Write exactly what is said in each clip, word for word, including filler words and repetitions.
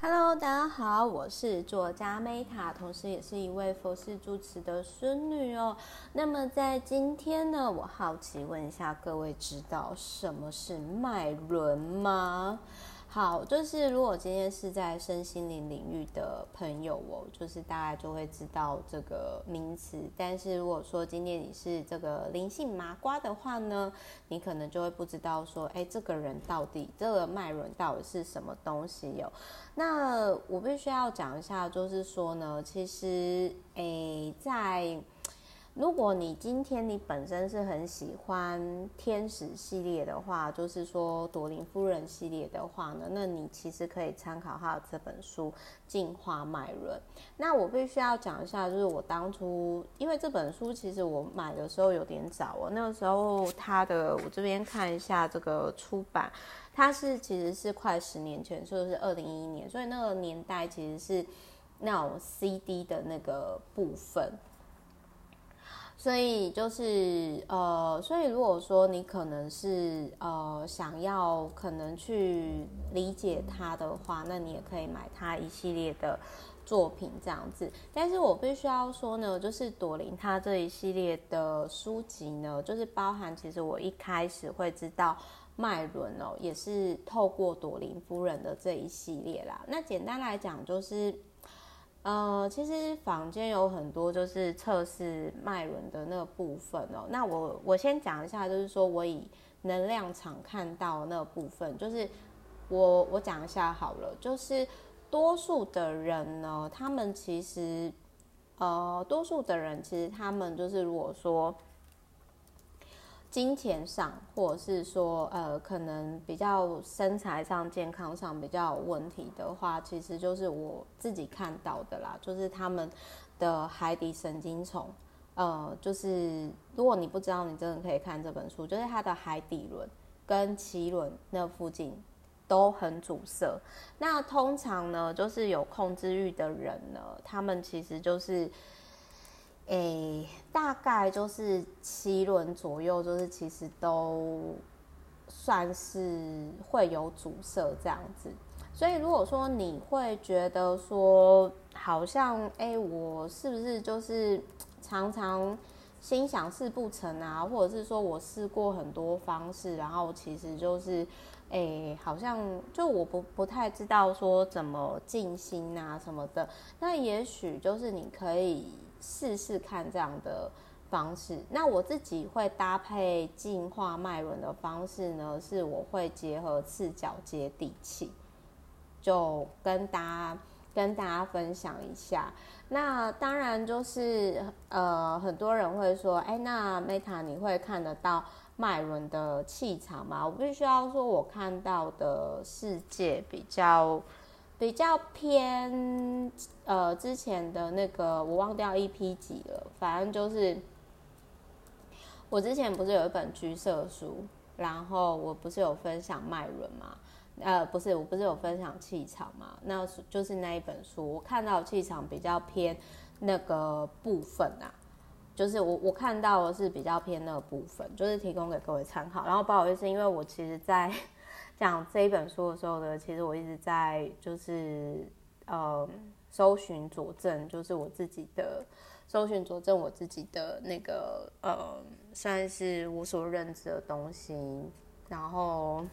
Hello，大家好，我是作家 Meta， 同时也是一位佛系主持的孙女哦。那么在今天呢，我好奇问一下各位，知道什么是脉轮吗？好，就是如果今天是在身心灵领域的朋友哦，就是大概就会知道这个名词。但是如果说今天你是这个灵性麻瓜的话呢，你可能就会不知道说，哎，这个人到底这个脉轮到底是什么东西哦？那我必须要讲一下，就是说呢，其实诶，在如果你今天你本身是很喜欢天使系列的话，就是说朵琳夫人系列的话呢，那你其实可以参考她的这本书《进化脉轮》。那我必须要讲一下，就是我当初因为这本书其实我买的时候有点早哦，那个时候它的我这边看一下这个出版。它是其实是快十年前，就是二零一一年，所以那个年代其实是那种 C D 的那个部分，所以就是呃，所以如果说你可能是呃想要可能去理解它的话，那你也可以买它一系列的作品这样子。但是我必须要说呢，就是朵琳它这一系列的书籍呢，就是包含其实我一开始会知道脉轮哦，也是透过朵琳夫人的这一系列啦。那简单来讲就是，呃，其实坊间有很多就是测试脉轮的那个部分哦。那我我先讲一下，就是说我以能量场看到的那个部分，就是我我讲一下好了，就是多数的人呢，他们其实呃，多数的人其实他们就是如果说金钱上，或者是说呃，可能比较身材上、健康上比较有问题的话，其实就是我自己看到的啦，就是他们的海底神经丛，呃，就是如果你不知道，你真的可以看这本书，就是它的海底轮跟脐轮那附近都很阻塞。那通常呢，就是有控制欲的人呢，他们其实就是。诶，大概就是七轮左右，就是其实都算是会有阻塞这样子。所以如果说你会觉得说，好像诶，我是不是就是常常心想事不成啊，或者是说我试过很多方式，然后其实就是诶，好像就我不不太知道说怎么静心啊什么的，那也许就是你可以试试看这样的方式。那我自己会搭配净化脉轮的方式呢，是我会结合赤脚接地气，就跟大家跟大家分享一下。那当然就是呃，很多人会说，哎，那 Meta 你会看得到脉轮的气场吗？我必须要说，我看到的世界比较。比较偏呃之前的那个我忘掉 E P 几了，反正就是我之前不是有一本居色书，然后我不是有分享脉轮嘛，呃不是我不是有分享气场嘛，那就是那一本书我看到气场比较偏那个部分啊，就是我我看到的是比较偏那个部分，就是提供给各位参考。然后不好意思，因为我其实在讲这一本书的时候呢，其实我一直在就是呃搜寻佐证，就是我自己的搜寻佐证我自己的那个呃算是我所认知的东西，然后。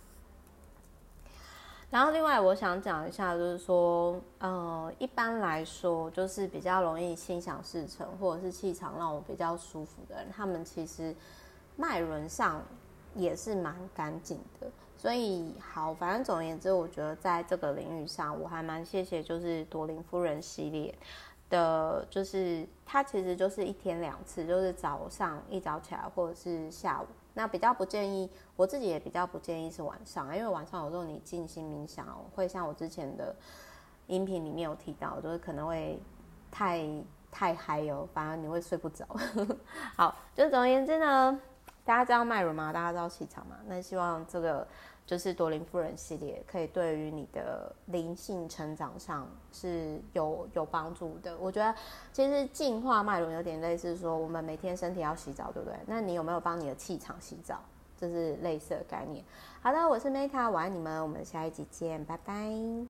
然后另外我想讲一下，就是说，呃，一般来说，就是比较容易心想事成，或者是气场让我比较舒服的人，他们其实脉轮上也是蛮干净的。所以好，反正总而言之，我觉得在这个领域上，我还蛮谢谢就是朵琳夫人系列的，就是它其实就是一天两次，就是早上一早起来或者是下午。那比较不建议，我自己也比较不建议是晚上，因为晚上有时候你静心冥想哦，会像我之前的音频里面有提到，就是可能会太太嗨哦，反而你会睡不着。好，就总而言之呢，大家知道脉轮吗？大家知道气场吗？那希望这个就是朵琳夫人系列可以对于你的灵性成长上是有有帮助的。我觉得其实净化脉轮有点类似说，我们每天身体要洗澡，对不对？那你有没有帮你的气场洗澡？这是类似的概念。好的，我是 Meta， 我爱你们，我们下一集见，拜拜。